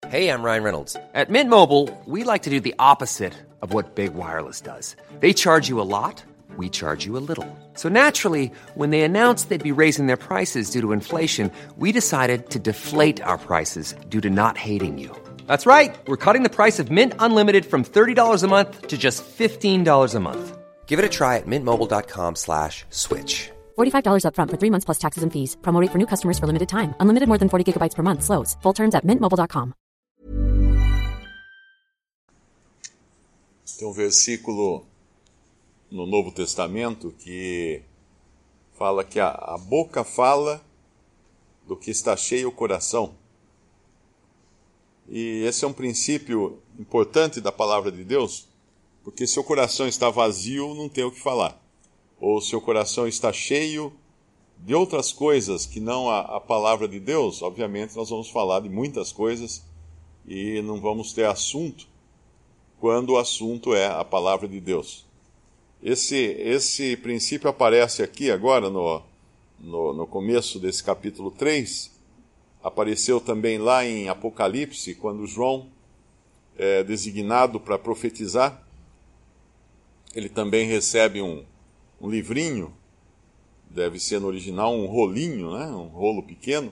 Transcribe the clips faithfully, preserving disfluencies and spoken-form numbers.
Hey, I'm Ryan Reynolds. At Mint Mobile, we like to do the opposite of what Big Wireless does. They charge you a lot, we charge you a little. So naturally, when they announced they'd be raising their prices due to inflation, we decided to deflate our prices due to not hating you. That's right. We're cutting the price of Mint Unlimited from thirty dollars a month to just fifteen dollars a month. Give it a try at mintmobile.com slash switch. forty-five dollars up front for three months plus taxes and fees. Promo rate for new customers for limited time. Unlimited more than forty gigabytes per month. Slows full terms at mint mobile dot com. Tem um versículo no Novo Testamento que fala que a, a boca fala do que está cheio o coração. E esse é um princípio importante da palavra de Deus, porque se o coração está vazio, não tem o que falar. Ou se o coração está cheio de outras coisas que não a, a palavra de Deus, obviamente nós vamos falar de muitas coisas e não vamos ter assunto quando o assunto é a palavra de Deus. Esse, esse princípio aparece aqui agora no, no, no começo desse capítulo três, apareceu também lá em Apocalipse, quando João é designado para profetizar, ele também recebe um, um livrinho, deve ser no original um rolinho, né? Um rolo pequeno,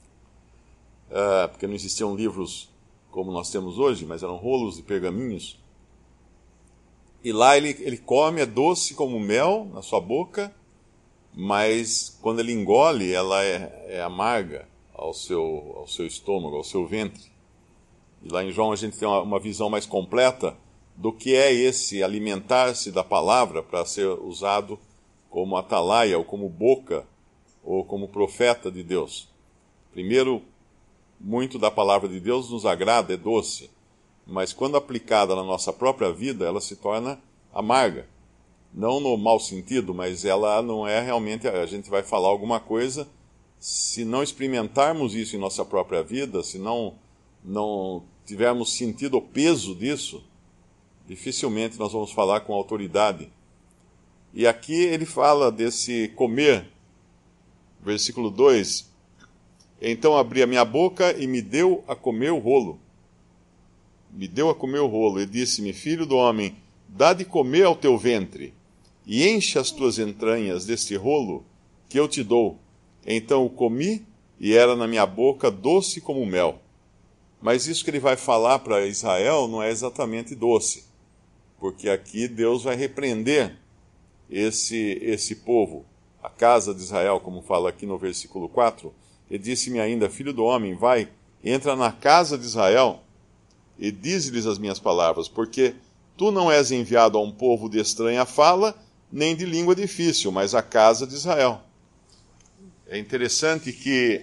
uh, porque não existiam livros como nós temos hoje, mas eram rolos de pergaminhos. E lá ele, ele come, é doce como mel na sua boca, mas quando ele engole, ela é, é amarga ao seu, ao seu estômago, ao seu ventre. E lá em João a gente tem uma, uma visão mais completa do que é esse alimentar-se da palavra para ser usado como atalaia, ou como boca, ou como profeta de Deus. Primeiro, muito da palavra de Deus nos agrada, é doce, mas quando aplicada na nossa própria vida, ela se torna amarga. Não no mau sentido, mas ela não é realmente, a gente vai falar alguma coisa, se não experimentarmos isso em nossa própria vida, se não, não tivermos sentido o peso disso, dificilmente nós vamos falar com autoridade. E aqui ele fala desse comer, versículo dois, então abri a minha boca e me deu a comer o rolo. Me deu a comer o rolo e disse-me, filho do homem, dá de comer ao teu ventre, e enche as tuas entranhas deste rolo que eu te dou. Então o comi, e era na minha boca doce como mel. Mas isso que ele vai falar para Israel não é exatamente doce, porque aqui Deus vai repreender esse, esse povo, a casa de Israel, como fala aqui no versículo quatro. Ele disse-me ainda, filho do homem, vai, entra na casa de Israel e dize-lhes as minhas palavras, porque tu não és enviado a um povo de estranha fala, nem de língua difícil, mas à casa de Israel. É interessante que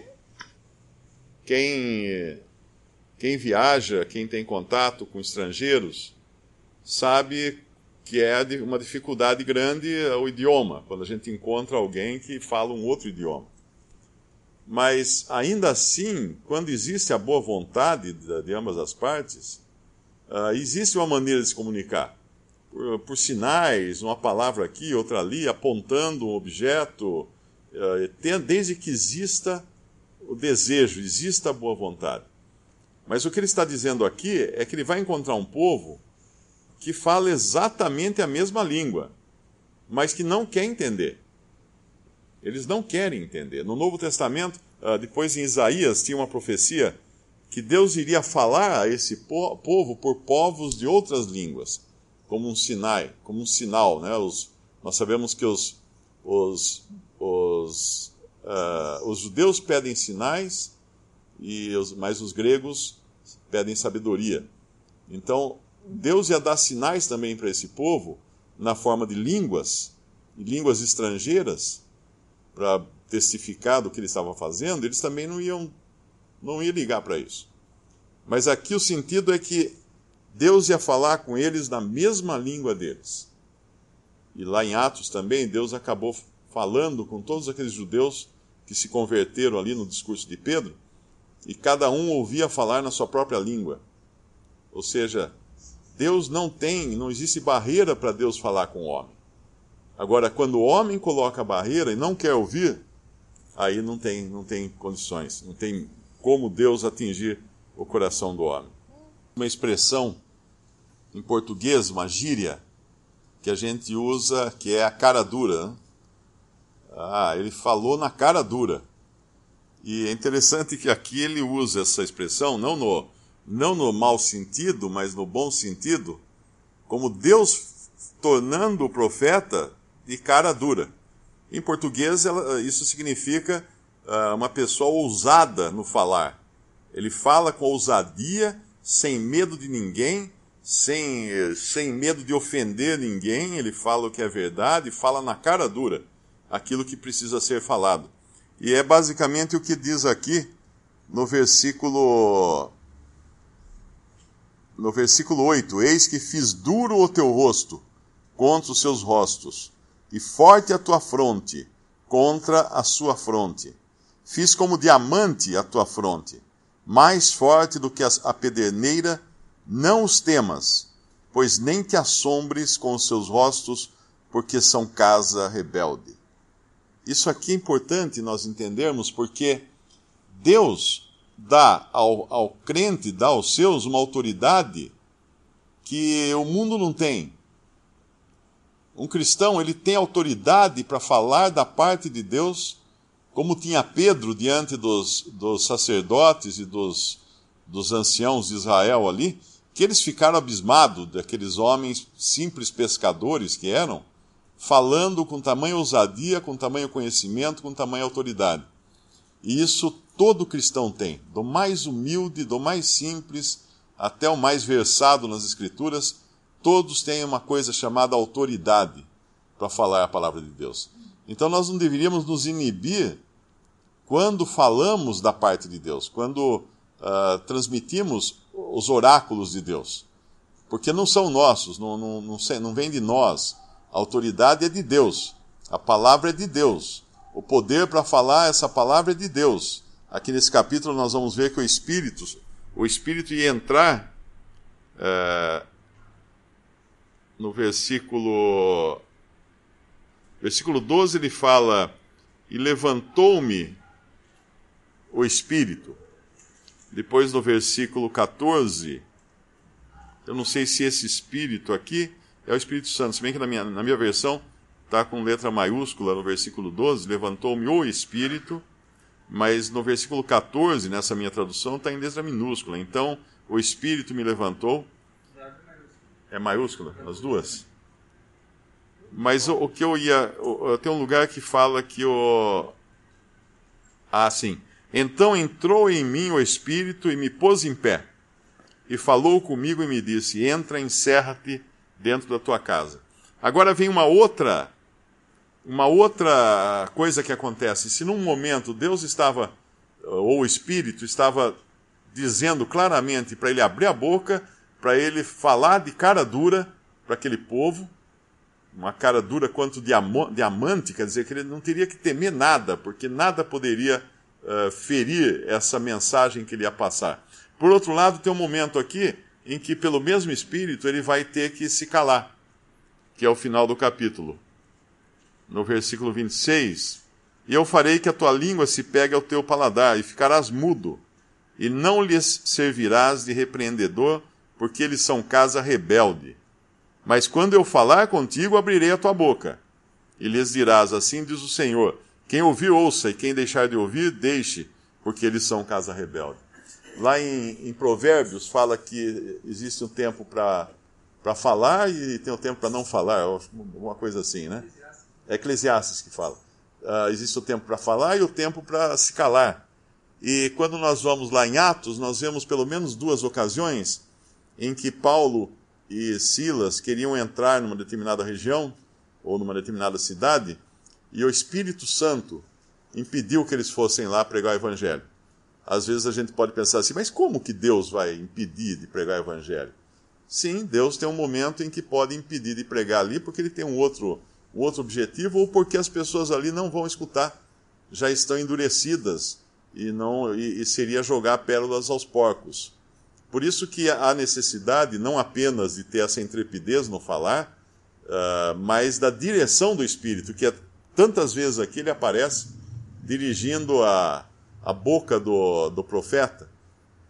quem, quem viaja, quem tem contato com estrangeiros, sabe que é uma dificuldade grande o idioma, quando a gente encontra alguém que fala um outro idioma. Mas, ainda assim, quando existe a boa vontade de, de ambas as partes, uh, existe uma maneira de se comunicar. Por, por sinais, uma palavra aqui, outra ali, apontando um objeto, uh, tem, desde que exista o desejo, exista a boa vontade. Mas o que ele está dizendo aqui é que ele vai encontrar um povo que fala exatamente a mesma língua, mas que não quer entender. Eles não querem entender. No Novo Testamento, depois em Isaías, tinha uma profecia que Deus iria falar a esse povo por povos de outras línguas, como um sinal, como um sinal, né? Os, nós sabemos que os, os, os, uh, os judeus pedem sinais, e os, mas os gregos pedem sabedoria. Então, Deus ia dar sinais também para esse povo, na forma de línguas, e línguas estrangeiras, para testificar do que ele estava fazendo. Eles também não iam, não iam ligar para isso. Mas aqui o sentido é que Deus ia falar com eles na mesma língua deles. E lá em Atos também, Deus acabou falando com todos aqueles judeus que se converteram ali no discurso de Pedro, e cada um ouvia falar na sua própria língua. Ou seja, Deus não tem, não existe barreira para Deus falar com o homem. Agora, quando o homem coloca a barreira e não quer ouvir, aí não tem, não tem condições, não tem como Deus atingir o coração do homem. Uma expressão em português, uma gíria, que a gente usa, que é a cara dura. Né? Ah, ele falou na cara dura. E é interessante que aqui ele usa essa expressão, não no, não no mau sentido, mas no bom sentido, como Deus tornando o profeta de cara dura. Em português, ela, isso significa uh, uma pessoa ousada no falar. Ele fala com ousadia, sem medo de ninguém, sem, sem medo de ofender ninguém, ele fala o que é verdade, fala na cara dura aquilo que precisa ser falado. E é basicamente o que diz aqui no versículo, no versículo oito. Eis que fiz duro o teu rosto contra os seus rostos, e forte a tua fronte contra a sua fronte. Fiz como diamante a tua fronte, mais forte do que a pederneira. Não os temas, pois nem te assombres com os seus rostos, porque são casa rebelde. Isso aqui é importante nós entendermos, porque Deus dá ao, ao crente, dá aos seus uma autoridade que o mundo não tem. Um cristão, ele tem autoridade para falar da parte de Deus, como tinha Pedro diante dos, dos sacerdotes e dos, dos anciãos de Israel ali, que eles ficaram abismados daqueles homens simples pescadores que eram, falando com tamanha ousadia, com tamanho conhecimento, com tamanha autoridade. E isso todo cristão tem, do mais humilde, do mais simples, até o mais versado nas Escrituras, todos têm uma coisa chamada autoridade para falar a palavra de Deus. Então nós não deveríamos nos inibir quando falamos da parte de Deus, quando uh, transmitimos os oráculos de Deus. Porque não são nossos, não, não, não, não vem de nós. A autoridade é de Deus. A palavra é de Deus. O poder para falar essa palavra é de Deus. Aqui nesse capítulo nós vamos ver que o Espírito, o Espírito ia entrar uh, no versículo, versículo doze, ele fala, e levantou-me o Espírito. Depois no versículo catorze, eu não sei se esse Espírito aqui é o Espírito Santo, se bem que na minha, na minha versão está com letra maiúscula no versículo doze, levantou-me o Espírito, mas no versículo catorze, nessa minha tradução, está em letra minúscula. Então, o Espírito me levantou. É maiúscula, as duas? Mas o, o que eu ia... O, tem um lugar que fala que o... Ah, sim. Então entrou em mim o Espírito e me pôs em pé. E falou comigo e me disse, entra, encerra-te dentro da tua casa. Agora vem uma outra, uma outra coisa que acontece. Se num momento Deus estava, ou o Espírito estava dizendo claramente para ele abrir a boca, para ele falar de cara dura para aquele povo, uma cara dura quanto diamante, quer dizer que ele não teria que temer nada, porque nada poderia uh, ferir essa mensagem que ele ia passar. Por outro lado, tem um momento aqui em que, pelo mesmo Espírito, ele vai ter que se calar, que é o final do capítulo. No versículo vinte e seis, e eu farei que a tua língua se pegue ao teu paladar, e ficarás mudo, e não lhes servirás de repreendedor, porque eles são casa rebelde. Mas quando eu falar contigo, abrirei a tua boca, e lhes dirás, assim diz o Senhor, quem ouvir, ouça, e quem deixar de ouvir, deixe, porque eles são casa rebelde. Lá em, em Provérbios fala que existe um tempo para para falar e tem um tempo para não falar, uma coisa assim, né? É Eclesiastes que fala. Uh, existe o tempo para falar e o tempo para se calar. E quando nós vamos lá em Atos, nós vemos pelo menos duas ocasiões em que Paulo e Silas queriam entrar numa determinada região ou numa determinada cidade e o Espírito Santo impediu que eles fossem lá pregar o Evangelho. Às vezes a gente pode pensar assim, mas como que Deus vai impedir de pregar o Evangelho? Sim, Deus tem um momento em que pode impedir de pregar ali, porque ele tem um outro, um outro objetivo, ou porque as pessoas ali não vão escutar, já estão endurecidas, e, não, e, e seria jogar pérolas aos porcos. Por isso que há necessidade não apenas de ter essa intrepidez no falar, uh, mas da direção do Espírito, que é, tantas vezes aqui ele aparece dirigindo a... a boca do, do profeta,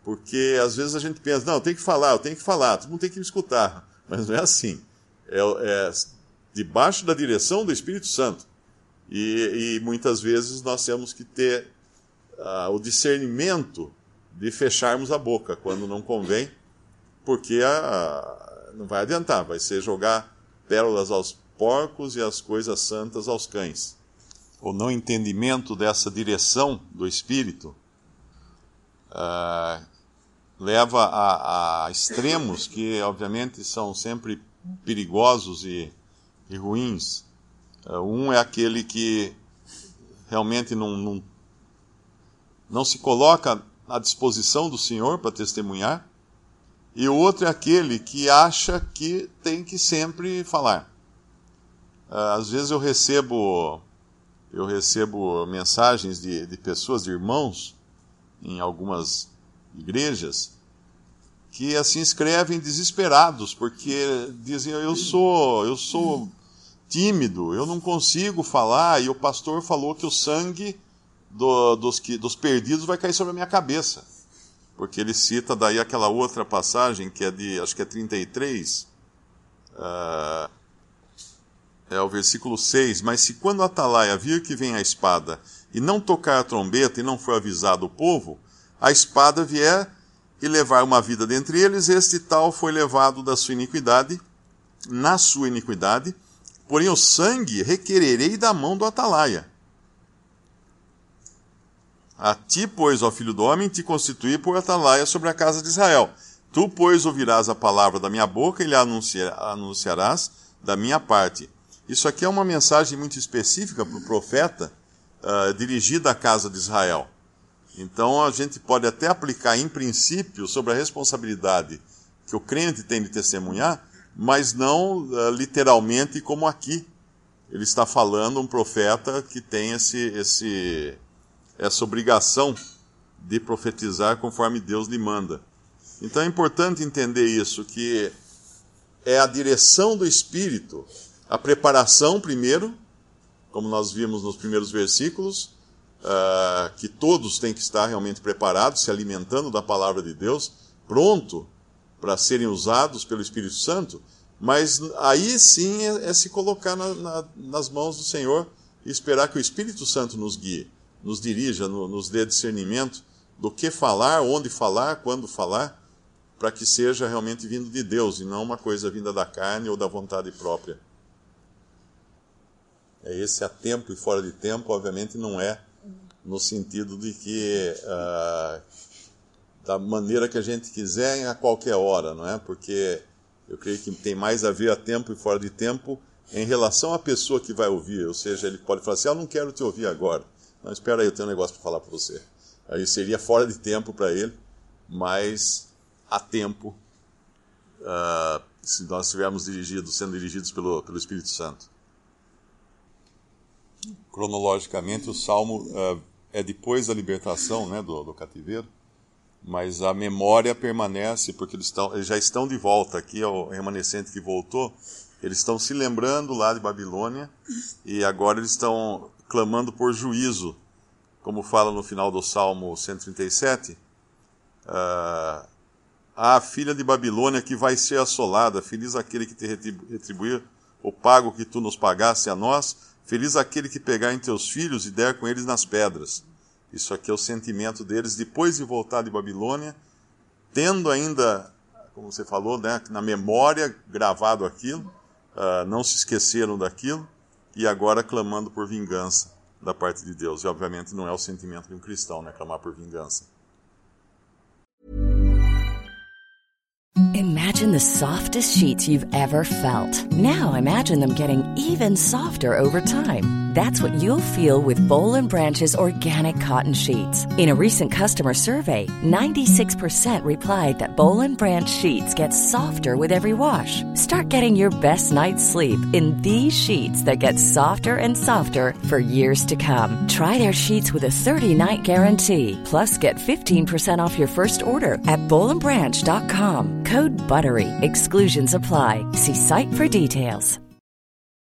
Porque às vezes a gente pensa, não, eu tenho que falar, eu tenho que falar, todo mundo tem que me escutar. Mas não é assim. É, é debaixo da direção do Espírito Santo. E, e muitas vezes nós temos que ter uh, o discernimento de fecharmos a boca quando não convém, porque uh, não vai adiantar, vai ser jogar pérolas aos porcos e as coisas santas aos cães. O não entendimento dessa direção do Espírito uh, leva a, a extremos que, obviamente, são sempre perigosos e, e ruins. Uh, um é aquele que realmente não, não, não se coloca à disposição do Senhor para testemunhar, e o outro é aquele que acha que tem que sempre falar. Uh, às vezes eu recebo, eu recebo mensagens de, de pessoas, de irmãos, em algumas igrejas, que assim escrevem desesperados, porque dizem, eu sou, eu sou tímido, eu não consigo falar, e o pastor falou que o sangue do, dos, que, dos perdidos vai cair sobre a minha cabeça. Porque ele cita daí aquela outra passagem, que é de, acho que é trinta e três, uh, é o versículo seis, mas se quando a atalaia vir que vem a espada, e não tocar a trombeta, e não for avisado o povo, a espada vier e levar uma vida dentre eles, este tal foi levado da sua iniquidade, na sua iniquidade, porém o sangue requererei da mão do atalaia. A ti, pois, ó filho do homem, te constituí por atalaia sobre a casa de Israel. Tu, pois, ouvirás a palavra da minha boca e lhe anunciarás da minha parte. Isso aqui é uma mensagem muito específica para o profeta, uh, dirigida à casa de Israel. Então a gente pode até aplicar em princípio sobre a responsabilidade que o crente tem de testemunhar, mas não uh, literalmente como aqui. Ele está falando um profeta que tem esse, esse, essa obrigação de profetizar conforme Deus lhe manda. Então é importante entender isso, que é a direção do Espírito, a preparação primeiro, como nós vimos nos primeiros versículos, uh, que todos têm que estar realmente preparados, se alimentando da palavra de Deus, pronto para serem usados pelo Espírito Santo, mas aí sim é, é se colocar na, na, nas mãos do Senhor e esperar que o Espírito Santo nos guie, nos dirija, no, nos dê discernimento do que falar, onde falar, quando falar, para que seja realmente vindo de Deus e não uma coisa vinda da carne ou da vontade própria. É esse a tempo e fora de tempo, obviamente não é no sentido de que uh, da maneira que a gente quiser a qualquer hora, não é? Porque eu creio que tem mais a ver a tempo e fora de tempo em relação à pessoa que vai ouvir. Ou seja, ele pode falar assim, ah, eu não quero te ouvir agora. Não, espera aí, eu tenho um negócio para falar para você. Aí seria fora de tempo para ele, mas a tempo, uh, se nós estivermos dirigidos, sendo dirigidos pelo, pelo Espírito Santo. Cronologicamente, o Salmo uh, é depois da libertação, né, do, do cativeiro, mas a memória permanece, porque eles, estão, eles já estão de volta aqui, o remanescente que voltou, eles estão se lembrando lá de Babilônia, e agora eles estão clamando por juízo, como fala no final do Salmo cento e trinta e sete, uh, a filha de Babilônia que vai ser assolada, feliz aquele que te retribuir o pago que tu nos pagaste a nós, feliz aquele que pegar em teus filhos e der com eles nas pedras. Isso aqui é o sentimento deles depois de voltar de Babilônia, tendo ainda, como você falou, né, na memória gravado aquilo, uh, não se esqueceram daquilo, e agora clamando por vingança da parte de Deus. E obviamente não é o sentimento de um cristão, né, clamar por vingança. Imagine the softest sheets you've ever felt. Now imagine them getting even softer over time. That's what you'll feel with Boll and Branch's organic cotton sheets. In a recent customer survey, ninety-six percent replied that Boll and Branch sheets get softer with every wash. Start getting your best night's sleep in these sheets that get softer and softer for years to come. Try their sheets with a thirty-night guarantee. Plus, get fifteen percent off your first order at boll and branch dot com. Code BUTTERY. Exclusions apply. See site for details.